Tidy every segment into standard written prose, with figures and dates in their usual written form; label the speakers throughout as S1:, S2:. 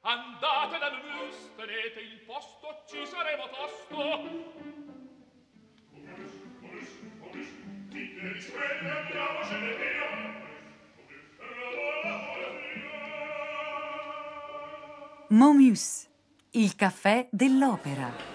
S1: Andate dal mus, tenete il posto, ci saremo tosto.
S2: Momus, il caffè dell'opera.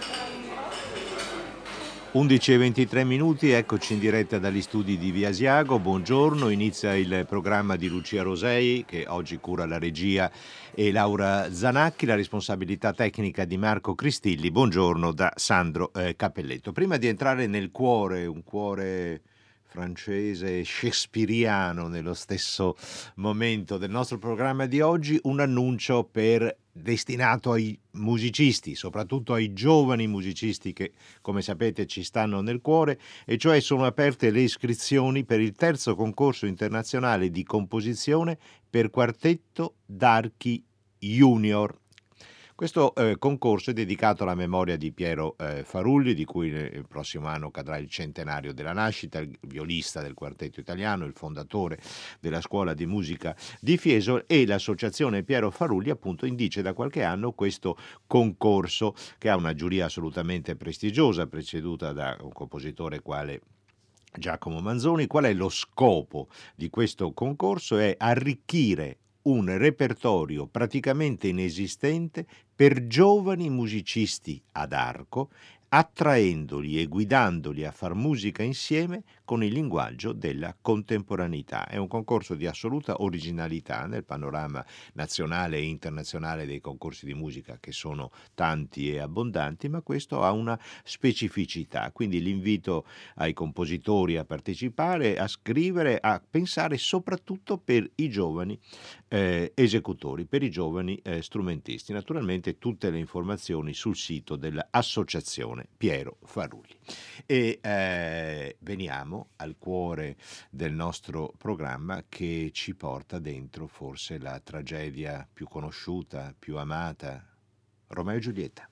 S3: 11:23 minuti, eccoci in diretta dagli studi di Via Asiago. Buongiorno, inizia il programma di Lucia Rosei che oggi cura la regia e Laura Zanacchi, la responsabilità tecnica di Marco Cristilli. Buongiorno da Sandro Cappelletto. Prima di entrare nel cuore, un cuore francese shakespeariano nello stesso momento del nostro programma di oggi, un annuncio destinato ai musicisti, soprattutto ai giovani musicisti che, come sapete, ci stanno nel cuore, e cioè sono aperte le iscrizioni per il terzo concorso internazionale di composizione per quartetto d'archi junior. Questo concorso è dedicato alla memoria di Piero Farulli, di cui il prossimo anno cadrà il centenario della nascita, il violista del quartetto italiano, il fondatore della scuola di musica di Fiesole, e l'associazione Piero Farulli appunto indice da qualche anno questo concorso che ha una giuria assolutamente prestigiosa, presieduta da un compositore quale Giacomo Manzoni. Qual è lo scopo di questo concorso? È arricchire un repertorio praticamente inesistente per giovani musicisti ad arco, attraendoli e guidandoli a far musica insieme con il linguaggio della contemporaneità. È un concorso di assoluta originalità nel panorama nazionale e internazionale dei concorsi di musica, che sono tanti e abbondanti, ma questo ha una specificità. Quindi l'invito ai compositori a partecipare, a scrivere, a pensare soprattutto per i giovani esecutori, per i giovani strumentisti. Naturalmente tutte le informazioni sul sito dell'associazione Piero Farulli. E veniamo al cuore del nostro programma, che ci porta dentro forse la tragedia più conosciuta, più amata, Romeo e Giulietta.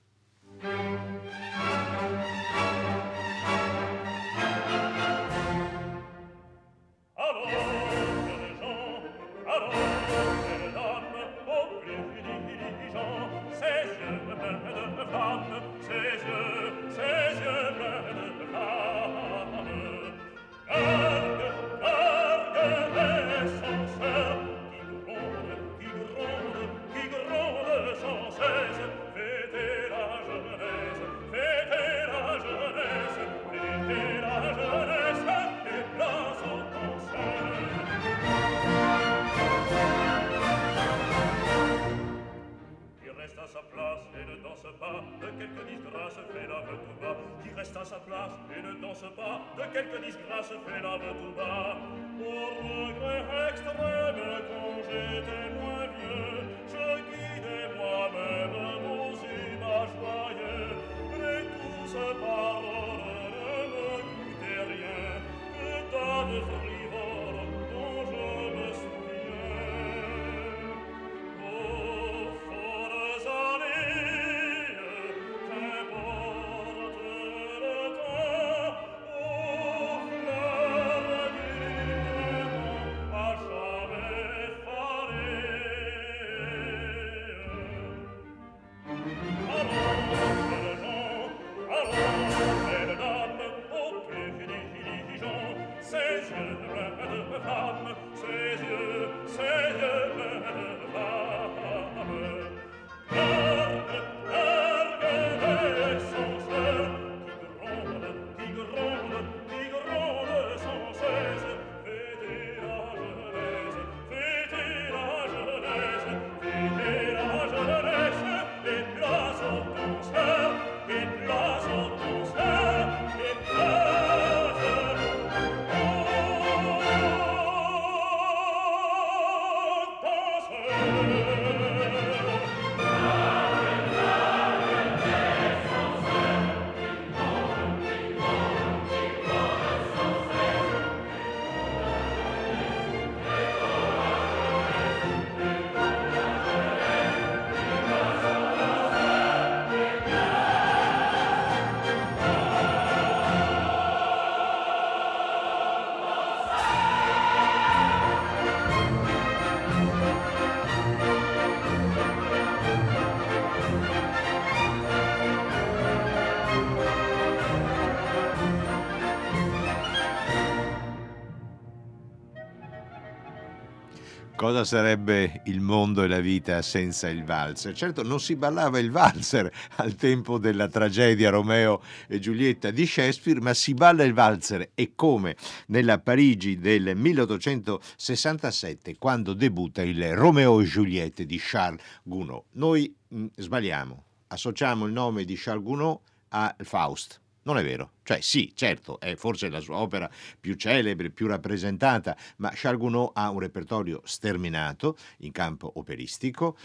S3: Cosa sarebbe il mondo e la vita senza il valzer? Certo, non si ballava il valzer al tempo della tragedia Romeo e Giulietta di Shakespeare, ma si balla il valzer, e come nella Parigi del 1867, quando debutta il Romeo e Giuliette di Charles Gounod. Noi sbagliamo, associamo il nome di Charles Gounod a Faust. Non è vero, cioè sì, certo, è forse la sua opera più celebre, più rappresentata, ma Charles Gounod ha un repertorio sterminato in campo operistico,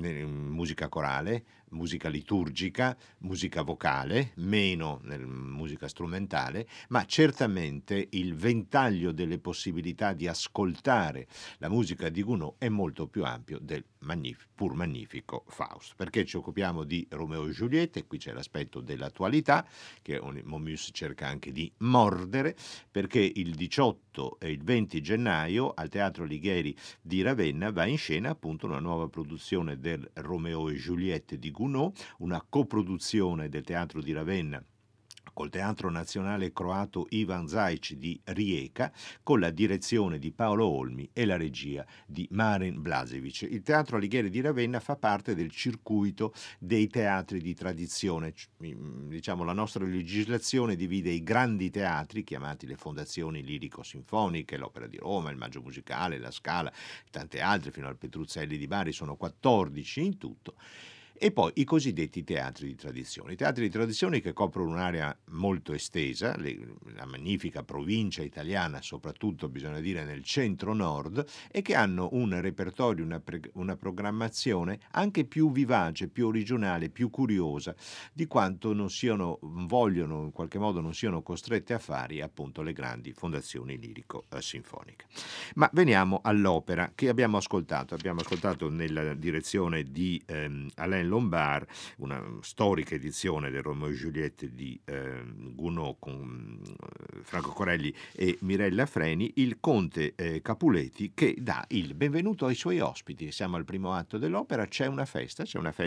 S3: musica corale, musica liturgica, musica vocale, meno nella musica strumentale, ma certamente il ventaglio delle possibilità di ascoltare la musica di Gounod è molto più ampio del pur magnifico Faust. Perché ci occupiamo di Romeo e Giulietta, e qui c'è l'aspetto dell'attualità, che Momus cerca anche di mordere, perché il 18 e il 20 gennaio al Teatro Alighieri di Ravenna va in scena appunto una nuova produzione del Romeo e Giuliette di Gounod, una coproduzione del Teatro di Ravenna col Teatro Nazionale Croato Ivan Zajic di Rijeka, con la direzione di Paolo Olmi e la regia di Marin Blažević. Il Teatro Alighieri di Ravenna fa parte del circuito dei teatri di tradizione. Diciamo, la nostra legislazione divide i grandi teatri, chiamati le fondazioni lirico-sinfoniche, l'Opera di Roma, il Maggio Musicale, la Scala, tante altre, fino al Petruzzelli di Bari, sono 14 in tutto. E poi i cosiddetti teatri di tradizione. I teatri di tradizione che coprono un'area molto estesa, la magnifica provincia italiana, soprattutto bisogna dire nel centro-nord, e che hanno un repertorio, una programmazione anche più vivace, più originale, più curiosa di quanto non vogliono, in qualche modo non siano costrette a fare appunto le grandi fondazioni lirico-sinfoniche. Ma veniamo all'opera che abbiamo ascoltato. Abbiamo ascoltato nella direzione di Alain Lombard, una storica edizione del Romeo e Giuliette di Gounod con Franco Corelli e Mirella Freni, il conte Capuletti, che dà il benvenuto ai suoi ospiti. Siamo al primo atto dell'opera, c'è una festa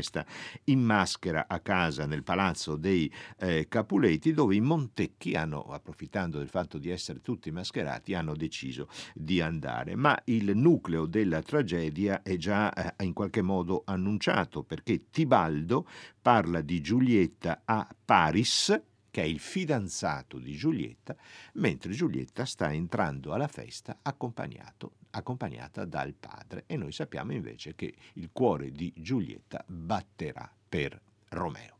S3: in maschera a casa nel palazzo dei Capuletti, dove i Montecchi hanno, approfittando del fatto di essere tutti mascherati, hanno deciso di andare. Ma il nucleo della tragedia è già in qualche modo annunciato, perché Tibaldo parla di Giulietta a Paris, che è il fidanzato di Giulietta, mentre Giulietta sta entrando alla festa accompagnata dal padre, e noi sappiamo invece che il cuore di Giulietta batterà per Romeo.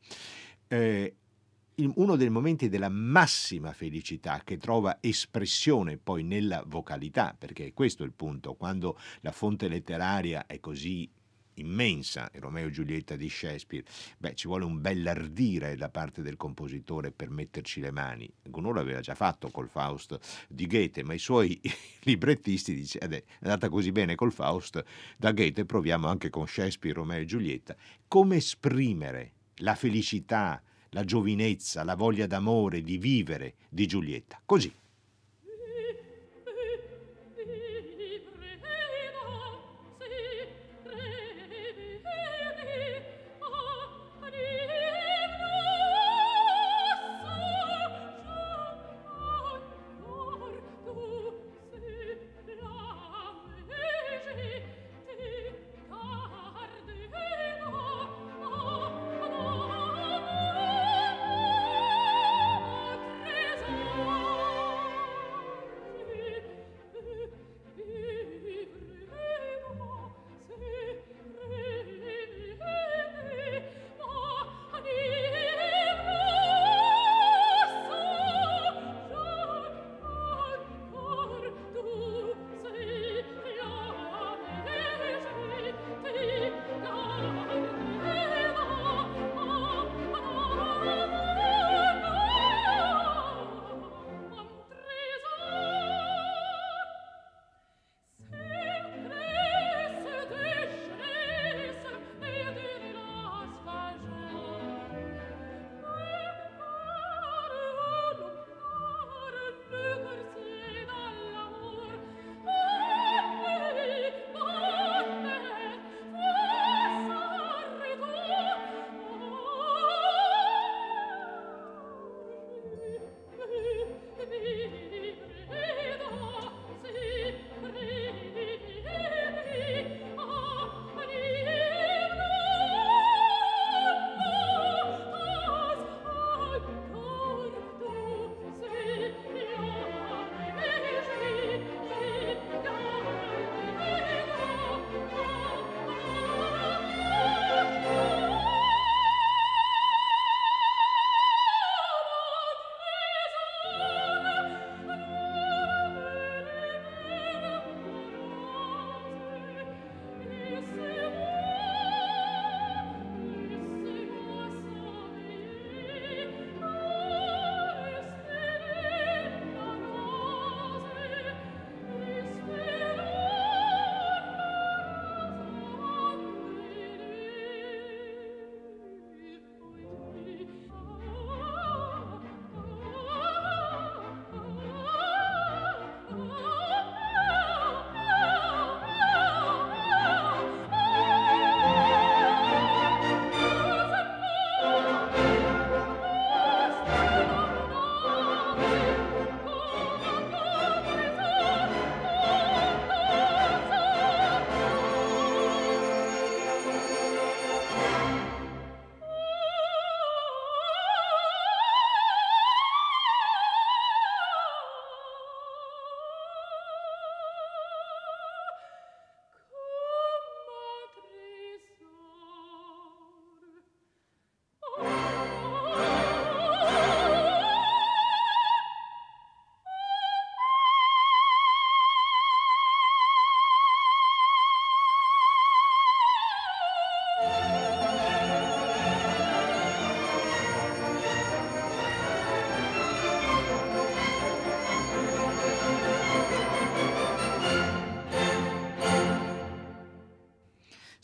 S3: Uno dei momenti della massima felicità, che trova espressione poi nella vocalità, perché questo è il punto, quando la fonte letteraria è così immensa, il Romeo e Giulietta di Shakespeare, ci vuole un bell'ardire da parte del compositore per metterci le mani. Gounod l'aveva già fatto col Faust di Goethe, ma i suoi librettisti dicono: è andata così bene col Faust da Goethe, proviamo anche con Shakespeare, Romeo e Giulietta. Come esprimere la felicità, la giovinezza, la voglia d'amore, di vivere di Giulietta? Così.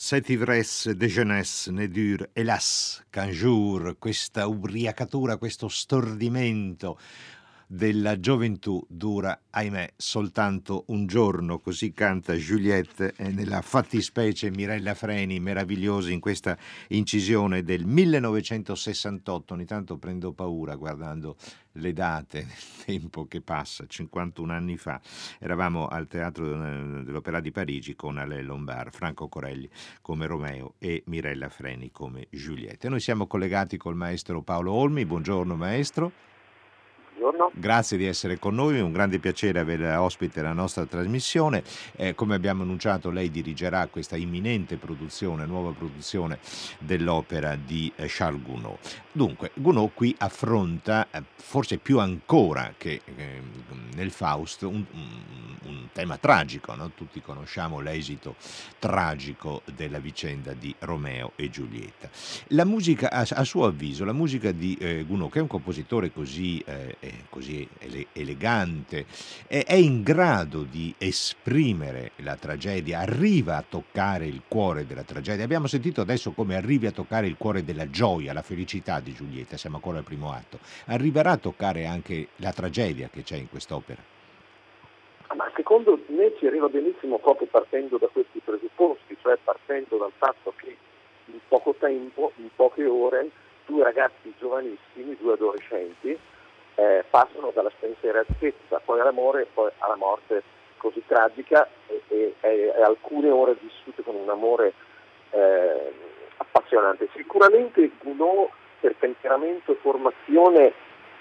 S3: Cette ivresse de jeunesse ne dure, hélas, qu'un jour, questa ubriacatura, questo stordimento della gioventù dura, ahimè, soltanto un giorno, così canta Juliette e nella fattispecie Mirella Freni, meravigliosi in questa incisione del 1968. Ogni tanto prendo paura guardando le date, il tempo che passa, 51 anni fa. Eravamo al Teatro dell'Opéra di Parigi con Alain Lombard, Franco Corelli come Romeo e Mirella Freni come Juliette. Noi siamo collegati col maestro Paolo Olmi. Buongiorno maestro.
S4: Buongiorno.
S3: Grazie di essere con noi, è un grande piacere avere ospite la nostra trasmissione. Come abbiamo annunciato, lei dirigerà questa imminente produzione, nuova produzione dell'opera di Charles Gounod. Dunque, Gounod qui affronta, forse più ancora che nel Faust, un tema tragico, no? Tutti conosciamo l'esito tragico della vicenda di Romeo e Giulietta. La musica, a suo avviso, la musica di Gounod, che è un compositore così elegante, è in grado di esprimere la tragedia, arriva a toccare il cuore della tragedia. Abbiamo sentito adesso come arrivi a toccare il cuore della gioia, la felicità di Giulietta, siamo ancora al primo atto. Arriverà a toccare anche la tragedia che c'è in quest'opera?
S4: Ma secondo me ci arriva benissimo proprio partendo da questi presupposti, cioè partendo dal fatto che in poco tempo, in poche ore, due ragazzi giovanissimi, due adolescenti, passano dalla spensieratezza poi all'amore, poi alla morte così tragica e alcune ore vissute con un amore appassionante. Sicuramente Gounod, per temperamento e formazione,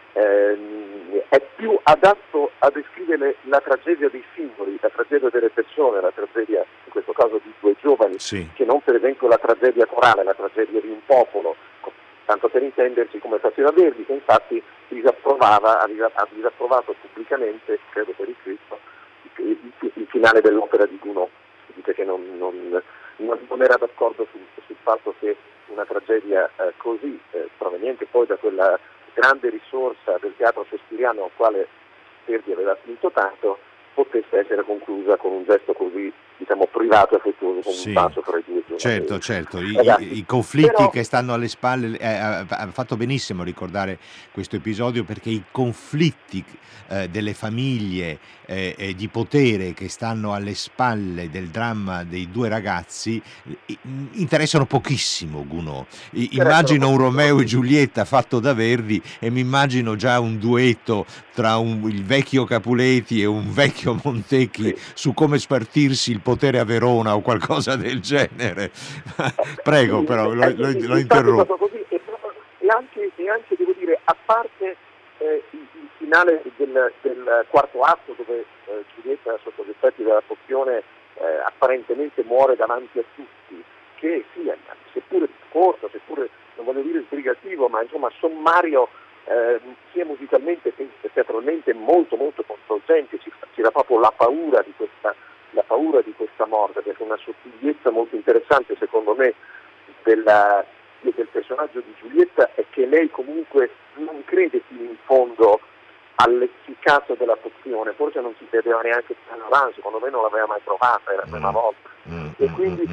S4: è più adatto a descrivere la tragedia dei singoli, la tragedia delle persone, la tragedia in questo caso di due giovani,
S3: Sì.
S4: che non per esempio la tragedia corale, la tragedia di un popolo, tanto per intenderci come faceva Verdi, che infatti ha disapprovato pubblicamente, credo per iscritto, il finale dell'opera di Gounod. Dice che non era d'accordo sul fatto che una tragedia così, proveniente poi da quella grande risorsa del teatro shakespeariano al quale Verdi aveva spinto tanto, potesse essere conclusa con un gesto così, diciamo, privato e affettuoso, con un bacio fra i due giornalieri.
S3: Certo,
S4: Ragazzi,
S3: i conflitti
S4: però,
S3: che stanno alle spalle, ha fatto benissimo ricordare questo episodio, perché i conflitti delle famiglie di potere che stanno alle spalle del dramma dei due ragazzi interessano pochissimo Gounod. Immagino un Romeo e Giulietta fatto da Verdi e mi immagino già un duetto tra il vecchio Capuleti e un vecchio Montecchi su come spartirsi il potere a Verona o qualcosa del genere. Prego, però, lo interrompo.
S4: Così, e anche devo dire, a parte il finale del quarto atto, dove Giulietta, sotto gli effetti della pozione, apparentemente muore davanti a tutti, che sì, seppure corto, seppure non voglio dire sbrigativo, ma insomma sommario, sia musicalmente che teatralmente molto molto coinvolgente, ci dà proprio la paura di questa morte, perché è una sottigliezza molto interessante secondo me del personaggio di Giulietta è che lei comunque non crede fino in fondo all'efficacia della pozione, forse non ci credeva neanche più avanti, secondo me non l'aveva mai provata, era la prima volta, e quindi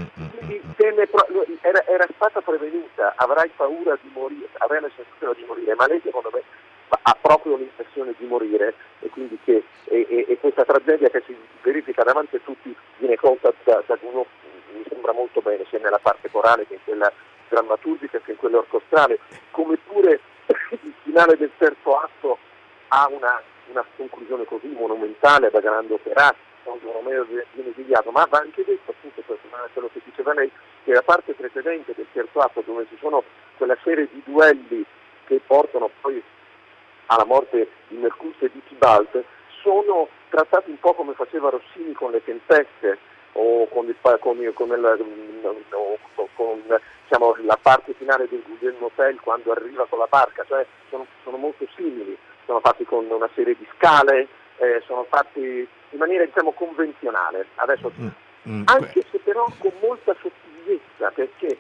S4: era stata prevenuta, avrai paura di morire, avrai la sensazione di morire, ma lei secondo me ha proprio l'impressione di morire, e quindi e questa tragedia che si verifica davanti a tutti viene colta da Gounod, mi sembra molto bene, sia nella parte corale che in quella drammaturgica che in quella orchestrale, come pure il finale del terzo atto ha una conclusione così monumentale da grande operato, quando Romeo viene esiliato, ma va anche detto appunto quello che diceva lei, che la parte precedente del terzo atto, dove ci sono quella serie di duelli che portano poi alla morte di Mercuzio e di Tybalt, sono trattati un po' come faceva Rossini con Le Tempeste o con diciamo, la parte finale del Guglielmo Tell quando arriva con la barca, cioè sono molto simili, sono fatti con una serie di scale, sono fatti in maniera diciamo convenzionale, adesso anche se però con molta sottigliezza, perché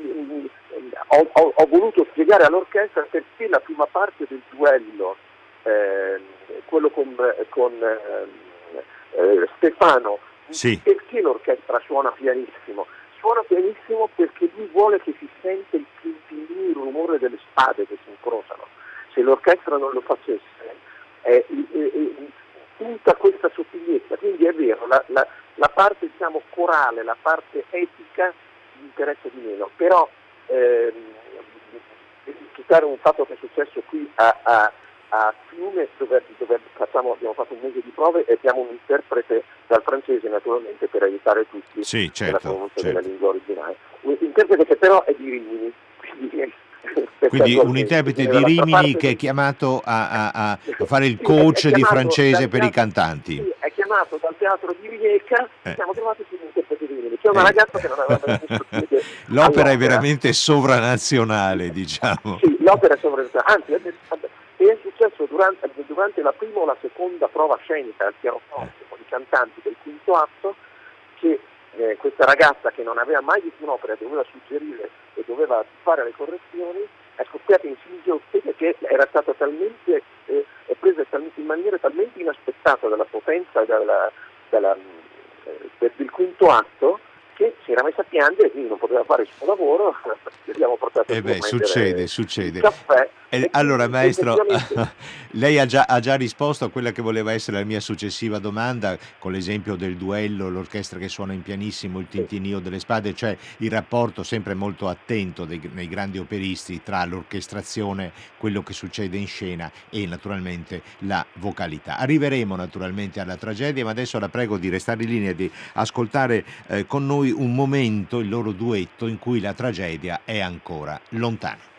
S4: ho voluto spiegare all'orchestra perché la prima parte del duello, quello con Stefano,
S3: sì,
S4: perché l'orchestra suona pianissimo, suona pianissimo perché lui vuole che si sente il rumore delle spade che si incrociano. Se l'orchestra non lo facesse, tutta questa sottigliezza, quindi è vero, la parte diciamo corale, la parte epica mi interessa di meno, però citare un fatto che è successo qui a Fiume, dove abbiamo fatto un mese di prove e abbiamo un interprete dal francese naturalmente per aiutare tutti
S3: Sì,
S4: nella
S3: certo,
S4: pronuncia della
S3: certo.
S4: lingua originale. Un interprete che però è di Rimini,
S3: Quindi un interprete di Rimini che è chiamato a fare il coach di francese per i cantanti.
S4: Sì, è chiamato dal teatro di Rijeka, siamo trovati su un interprete di Rimini. C'è una ragazza che non aveva mai messo piede
S3: L'opera è veramente sovranazionale, diciamo.
S4: Sì, l'opera è sovranazionale, anzi è successo durante la prima o la seconda prova scenica al pianoforte con i cantanti del quinto atto che questa ragazza che non aveva mai visto un'opera doveva suggerire e doveva fare le correzioni, è scoppiata in singhiozzi perché era stata talmente è presa in maniera talmente inaspettata dalla potenza del quinto atto che si era messa a piangere e quindi non poteva fare il suo lavoro. Gli abbiamo portato a
S3: succede.
S4: il caffè.
S3: Allora maestro,
S4: effettivamente...
S3: lei ha già risposto a quella che voleva essere la mia successiva domanda con l'esempio del duello, l'orchestra che suona in pianissimo, il tintinnio delle spade, cioè il rapporto sempre molto attento nei grandi operisti tra l'orchestrazione, quello che succede in scena e naturalmente la vocalità. Arriveremo naturalmente alla tragedia, ma adesso la prego di restare in linea e di ascoltare con noi un momento, il loro duetto, in cui la tragedia è ancora lontana.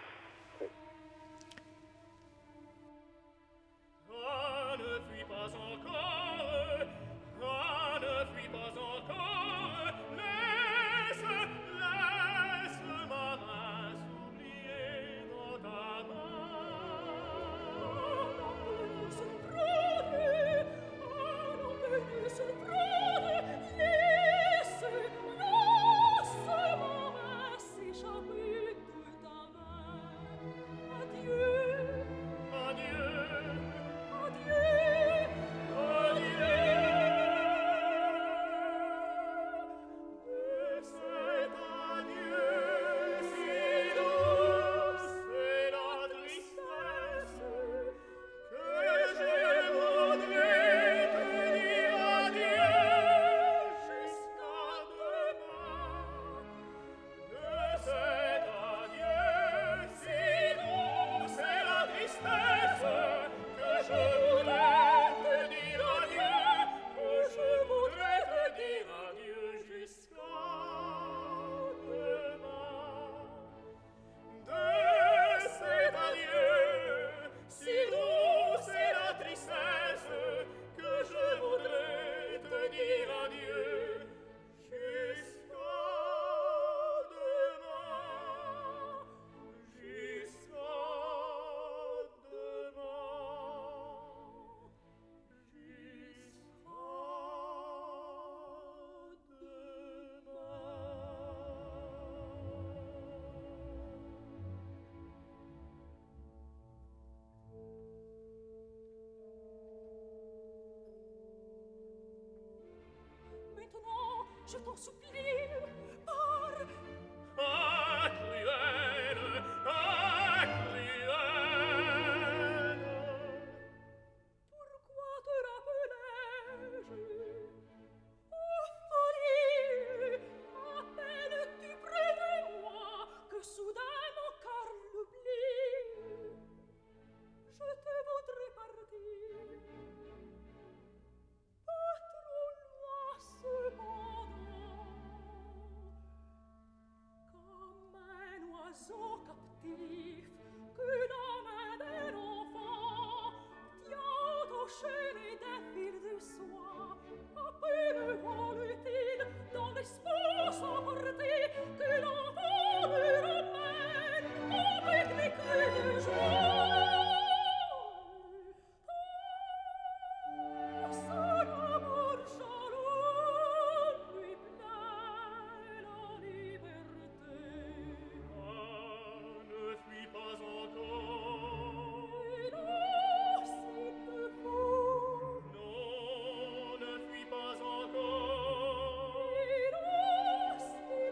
S5: Je t'en supplie, pars. Pourquoi te rappelais-je? Oh folie, à peine tu près de moi que soudain mon cœur l'oublie. Je te voudrais partir, pas trop loin cependant, comme un oiseau captif que la main d'un enfant tient au chaîné d'un fil de soie. À peine vole-t-il dans l'espace emporté que l'enfant le ramène avec des cris de joie. Son amour jaloux lui plaît la liberté.
S1: Ne fuis pas encore.
S5: Hélas, il te faut.
S1: Non, ne fuis pas encore.
S5: Hélas,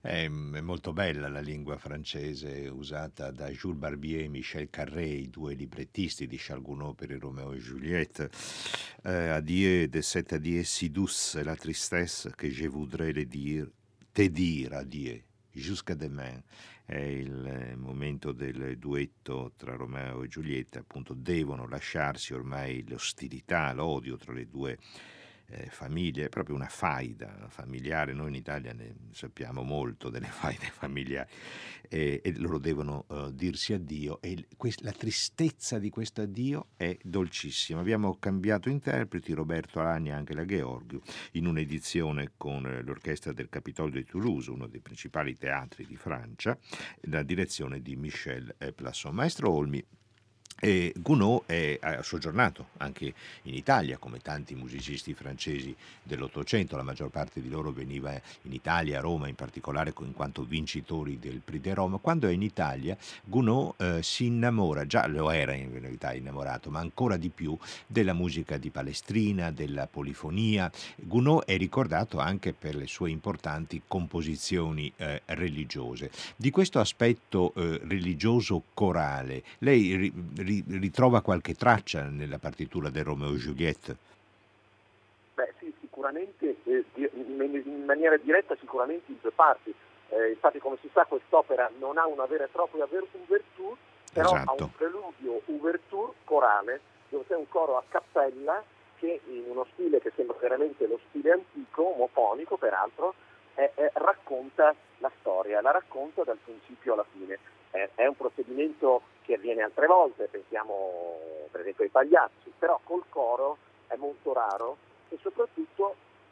S3: È molto bella la lingua francese usata da Jules Barbier e Michel Carré, i due librettisti di Charles Gounod per il Romeo et Juliette. Adieu de cette adieu si douce, la tristesse que je voudrais le dire, te dire adieu, jusqu'à demain. È il momento del duetto tra Romeo e Giulietta, appunto devono lasciarsi ormai l'ostilità, l'odio tra le due famiglie, è proprio una faida familiare. Noi in Italia ne sappiamo molto delle faide familiari, e loro devono dirsi addio, e la tristezza di questo addio è dolcissima. Abbiamo cambiato interpreti, Roberto Alagna e Angela Gheorghiu, in un'edizione con l'orchestra del Capitole di Toulouse, uno dei principali teatri di Francia, la direzione di Michel Plasson. Maestro Olmi, Gounod ha soggiornato anche in Italia, come tanti musicisti francesi dell'Ottocento. La maggior parte di loro veniva in Italia, a Roma in particolare, in quanto vincitori del Prix de Rome. Quando è in Italia, Gounod si innamora, già lo era in verità innamorato, ma ancora di più, della musica di Palestrina, della polifonia. Gounod è ricordato anche per le sue importanti composizioni religiose. Di questo aspetto religioso corale, lei ritrova qualche traccia nella partitura del Romeo e Juliette?
S4: Beh sì, sicuramente, in maniera diretta sicuramente in due parti. Infatti, come si sa, quest'opera non ha una vera e propria ouverture, però ha un preludio ouverture corale, dove c'è un coro a cappella che, in uno stile che sembra veramente lo stile antico, omofonico peraltro, racconta la storia, la racconta dal principio alla fine. È un procedimento che avviene altre volte, pensiamo per esempio ai pagliacci, però col coro è molto raro, e soprattutto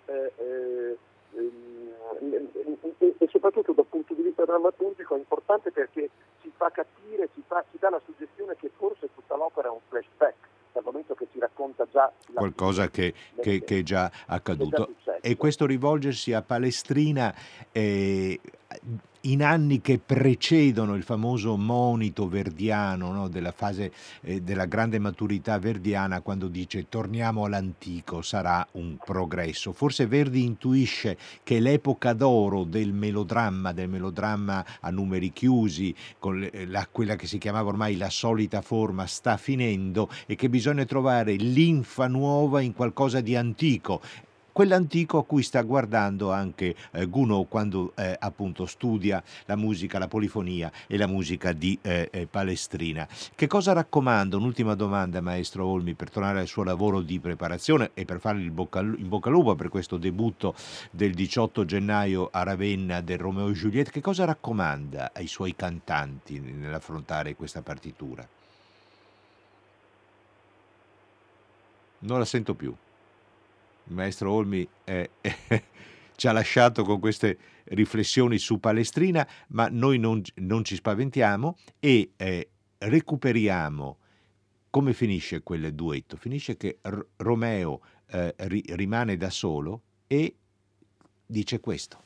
S4: dal punto di vista drammaturgico è importante, perché ci fa capire, ci dà la suggestione che forse tutta l'opera è un flashback, dal momento che ci racconta già
S3: qualcosa che è già accaduto. E questo rivolgersi a Palestrina in anni che precedono il famoso monito verdiano, no? Della fase della grande maturità verdiana, quando dice torniamo all'antico, sarà un progresso. Forse Verdi intuisce che l'epoca d'oro del melodramma a numeri chiusi, con quella che si chiamava ormai la solita forma, sta finendo, e che bisogna trovare linfa nuova in qualcosa di antico. Quell'antico a cui sta guardando anche Gounod quando appunto studia la musica, la polifonia e la musica di Palestrina. Che cosa raccomanda? Un'ultima domanda, maestro Olmi, per tornare al suo lavoro di preparazione e per fargli in bocca al lupo per questo debutto del 18 gennaio a Ravenna del Romeo e Juliette. Che cosa raccomanda ai suoi cantanti nell'affrontare questa partitura? Non la sento più. Il maestro Olmi ci ha lasciato con queste riflessioni su Palestrina, ma noi non ci spaventiamo e recuperiamo come finisce quel duetto. Finisce che Romeo rimane da solo e dice questo.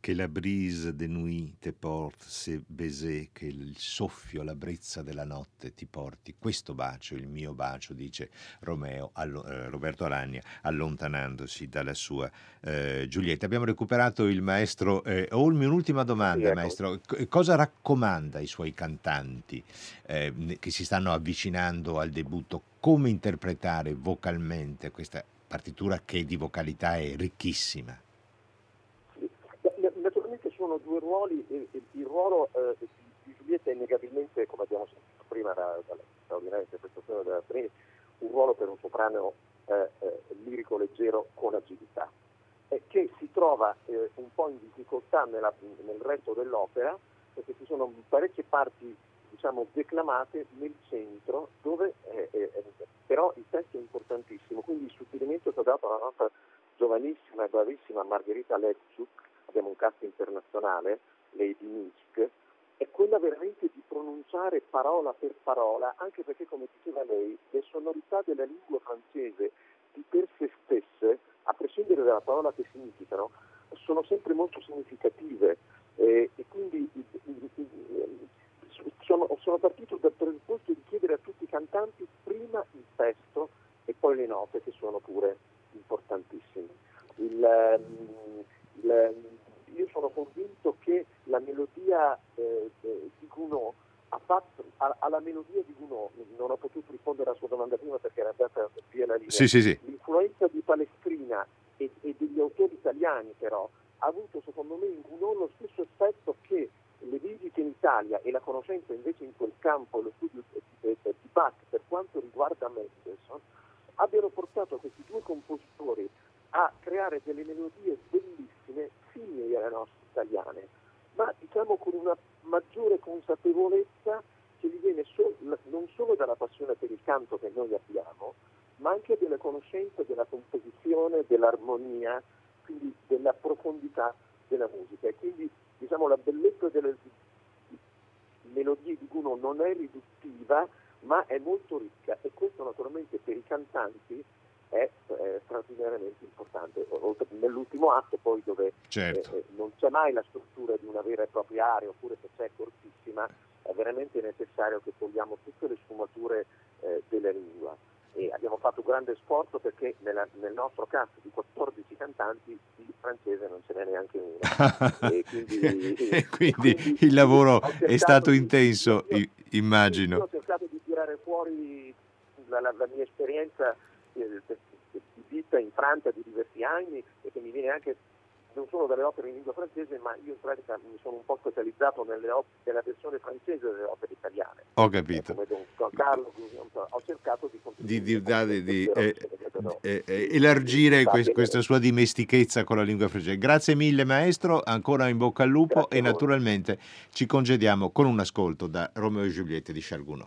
S3: che la brise de nuit te porte ce baiser, che il soffio, la brezza della notte ti porti questo bacio, il mio bacio, dice Roberto Alagna, allontanandosi dalla sua Giulietta. Abbiamo recuperato il maestro Olmi. Un'ultima domanda,
S4: ecco.
S3: maestro. Cosa raccomanda ai suoi cantanti che si stanno avvicinando al debutto? Come interpretare vocalmente questa partitura che di vocalità è ricchissima?
S4: Sì. Naturalmente sono due ruoli, il ruolo di Giulietta è innegabilmente, come abbiamo sentito prima dalla straordinaria interpretazione della Trini, un ruolo per un soprano lirico leggero con agilità, che si trova un po' in difficoltà nel resto dell'opera, perché ci sono parecchie parti, diciamo, declamate nel centro, dove però il testo è importantissimo, quindi il suggerimento che ho dato alla nostra giovanissima e bravissima Margherita Levchuk, abbiamo un cast internazionale, Lady Minsk, è quella veramente di pronunciare parola per parola, anche perché, come diceva lei, le sonorità della lingua francese di per sé stesse, a prescindere dalla parola che significano, sono sempre molto significative, e quindi sono partito dal presupposto di chiedere a tutti i cantanti prima il testo e poi le note, che sono pure importantissime. Io sono convinto che la melodia di Gounod alla melodia di Gounod, non ho potuto rispondere alla sua domanda prima perché era andata via la linea.
S3: Sì.
S4: L'influenza di Palestrina e degli autori italiani, però, ha avuto secondo me in Gounod lo stesso effetto che le visite in Italia e la conoscenza invece in quel campo, lo studio di Bach per quanto riguarda Mendelssohn, abbiano portato questi due compositori a creare delle melodie bellissime, simili alle nostre italiane, ma diciamo con una maggiore consapevolezza che gli viene non solo dalla passione per il canto che noi abbiamo, ma anche della conoscenza della composizione, dell'armonia, quindi della profondità della musica. E quindi, diciamo, la bellezza delle melodie di Gounod non è riduttiva, ma è molto ricca, e questo naturalmente per i cantanti è straordinariamente importante. Nell'ultimo atto, poi, dove
S3: Certo.
S4: non c'è mai la struttura di una vera e propria aria, oppure se c'è cortissima, è veramente necessario che togliamo tutte le sfumature della lingua. E abbiamo fatto un grande sforzo perché nel nostro cast di 14 cantanti di francese non ce n'è neanche uno.
S3: E quindi il lavoro è stato intenso, immagino.
S4: Io ho cercato di tirare fuori la mia esperienza di vita in Francia di diversi anni, e che mi viene anche non solo dalle opere in lingua francese, ma io in pratica mi sono un po' specializzato nella versione francese delle opere italiane.
S3: Ho capito.
S4: Come Don Carlo, ho cercato di
S3: elargire questa sua dimestichezza con la lingua francese. Grazie mille, maestro, ancora in bocca al lupo.
S4: Grazie
S3: e
S4: a voi.
S3: naturalmente ci congediamo con un ascolto da Romeo e Giulietta di Charles Gounod.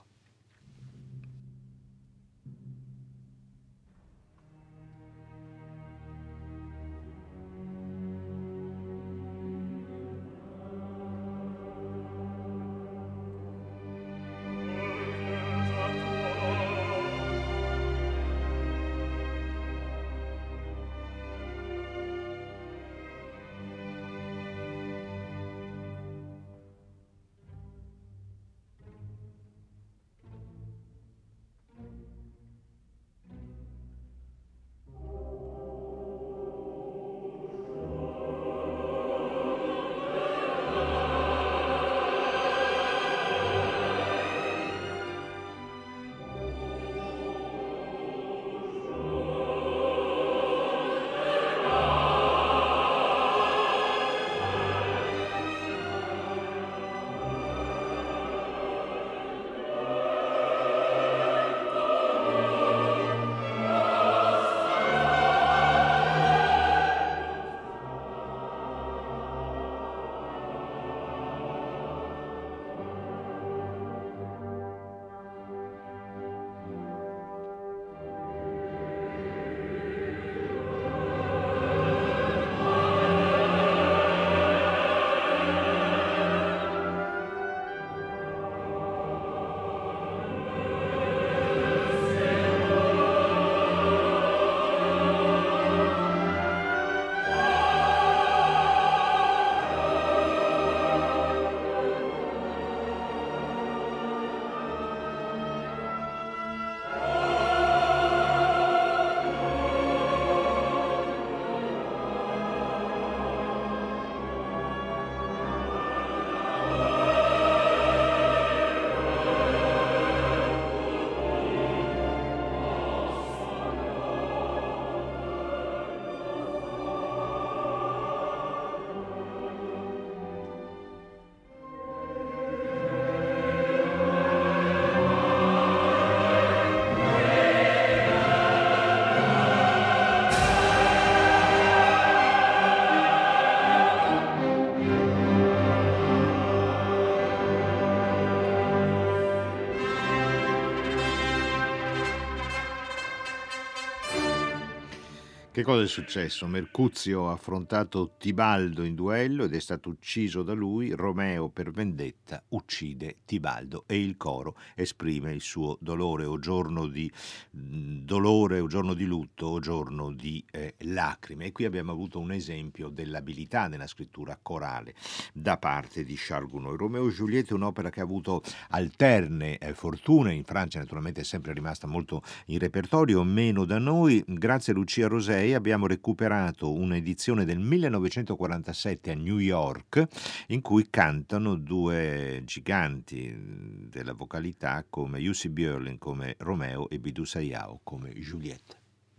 S3: Che cosa è successo? Mercuzio ha affrontato Tibaldo in duello ed è stato ucciso da lui. Romeo, per vendetta, uccide Tibaldo e il coro esprime il suo dolore, o giorno di dolore, o giorno di lutto, o giorno di lacrime. E qui abbiamo avuto un esempio dell'abilità nella scrittura corale da parte di Charles Gounod. Romeo e Giulietta è un'opera che ha avuto alterne fortune. In Francia naturalmente è sempre rimasta molto in repertorio, meno da noi. Grazie a Lucia Rosei abbiamo recuperato un'edizione del 1947 a New York in cui cantano due giganti della vocalità come Jussi Björling come Romeo e Bidou Sayao come Juliette.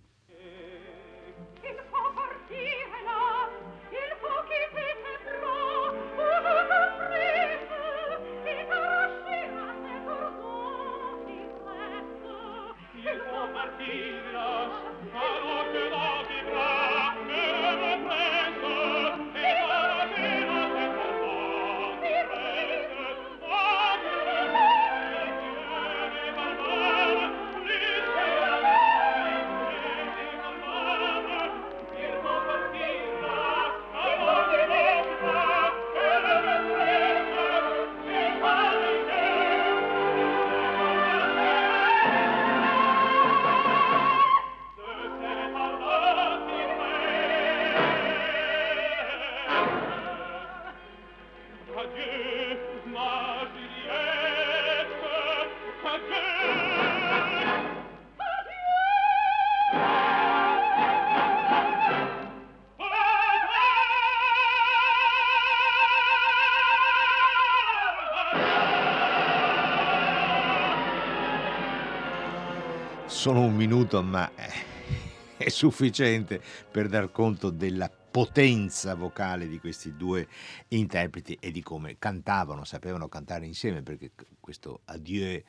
S3: Solo un minuto, ma è sufficiente per dar conto della potenza vocale di questi due interpreti e di come cantavano, sapevano cantare insieme, perché questo Adieu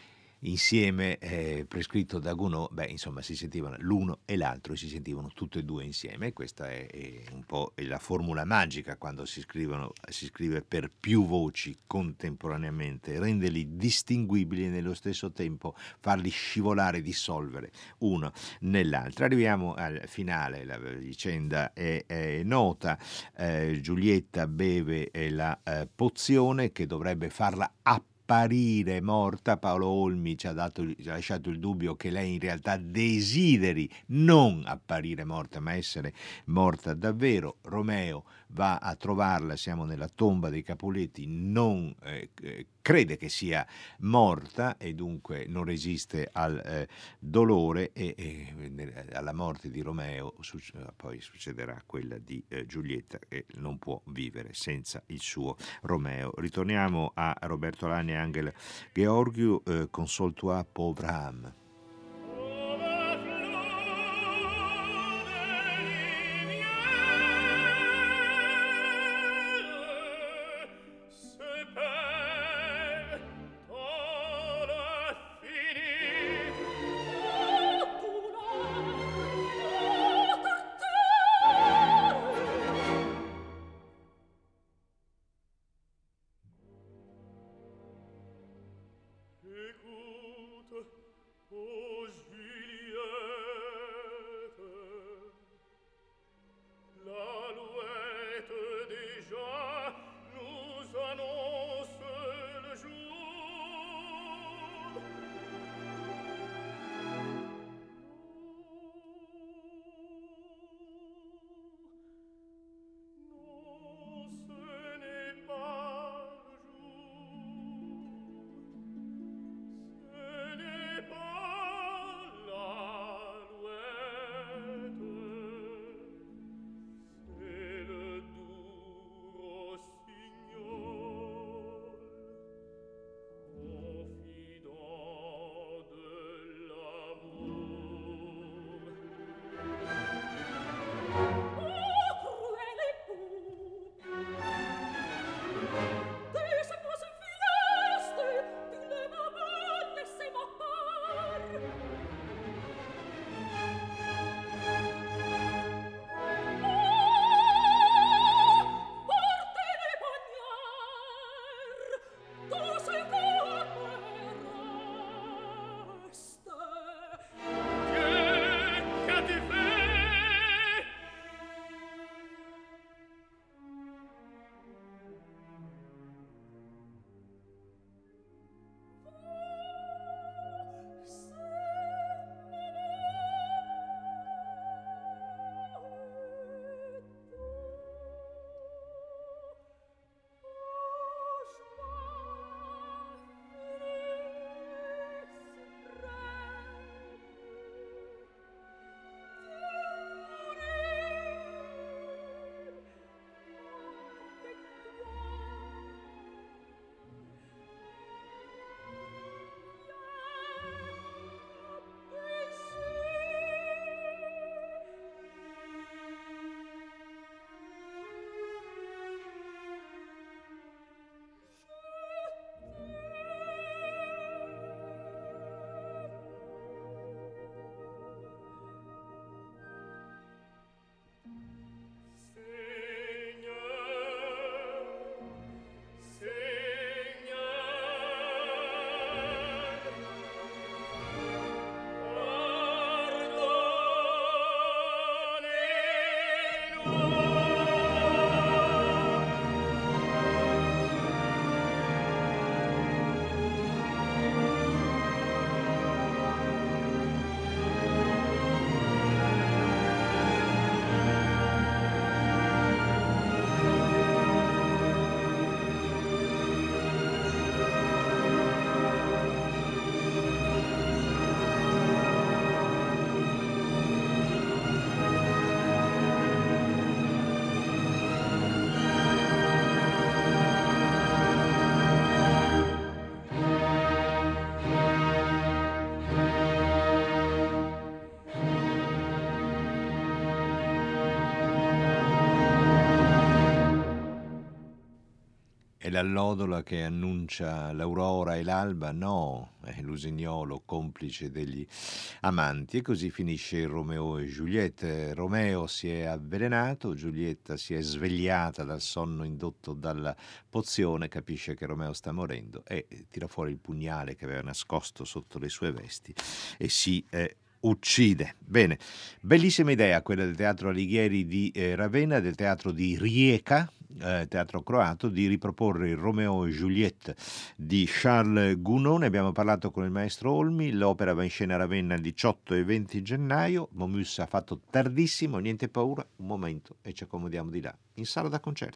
S3: insieme prescritto da Gounod, insomma si sentivano l'uno e l'altro e si sentivano tutti e due insieme. Questa è un po' la formula magica quando si scrive per più voci contemporaneamente, renderli distinguibili e nello stesso tempo farli scivolare, dissolvere uno nell'altro. Arriviamo al finale, la vicenda è nota. Giulietta beve la pozione che dovrebbe farla apparire morta. Paolo Olmi ci ha lasciato il dubbio che lei in realtà desideri non apparire morta ma essere morta davvero. Romeo va a trovarla, siamo nella tomba dei Capuletti, non crede che sia morta e dunque non resiste al dolore e alla morte di Romeo poi succederà quella di Giulietta, che non può vivere senza il suo Romeo. Ritorniamo a Roberto Lani e Angel Gheorghiu, Console toi pauvre âme.
S5: Écoute,
S3: È l'allodola che annuncia l'aurora e l'alba? No, è l'usignolo complice degli amanti. E così finisce il Romeo e Giulietta. Romeo si è avvelenato, Giulietta si è svegliata dal sonno indotto dalla pozione, capisce che Romeo sta morendo e tira fuori il pugnale che aveva nascosto sotto le sue vesti e si uccide. Bene, bellissima idea quella del Teatro Alighieri di Ravenna, del teatro di Rijeka, teatro croato, di riproporre il Romeo e Juliette di Charles Gounod. Ne abbiamo parlato con il maestro Olmi. L'opera va in scena a Ravenna il 18 e 20 gennaio. Momus ha fatto tardissimo, niente paura, un momento e ci accomodiamo di là, in sala da concerto.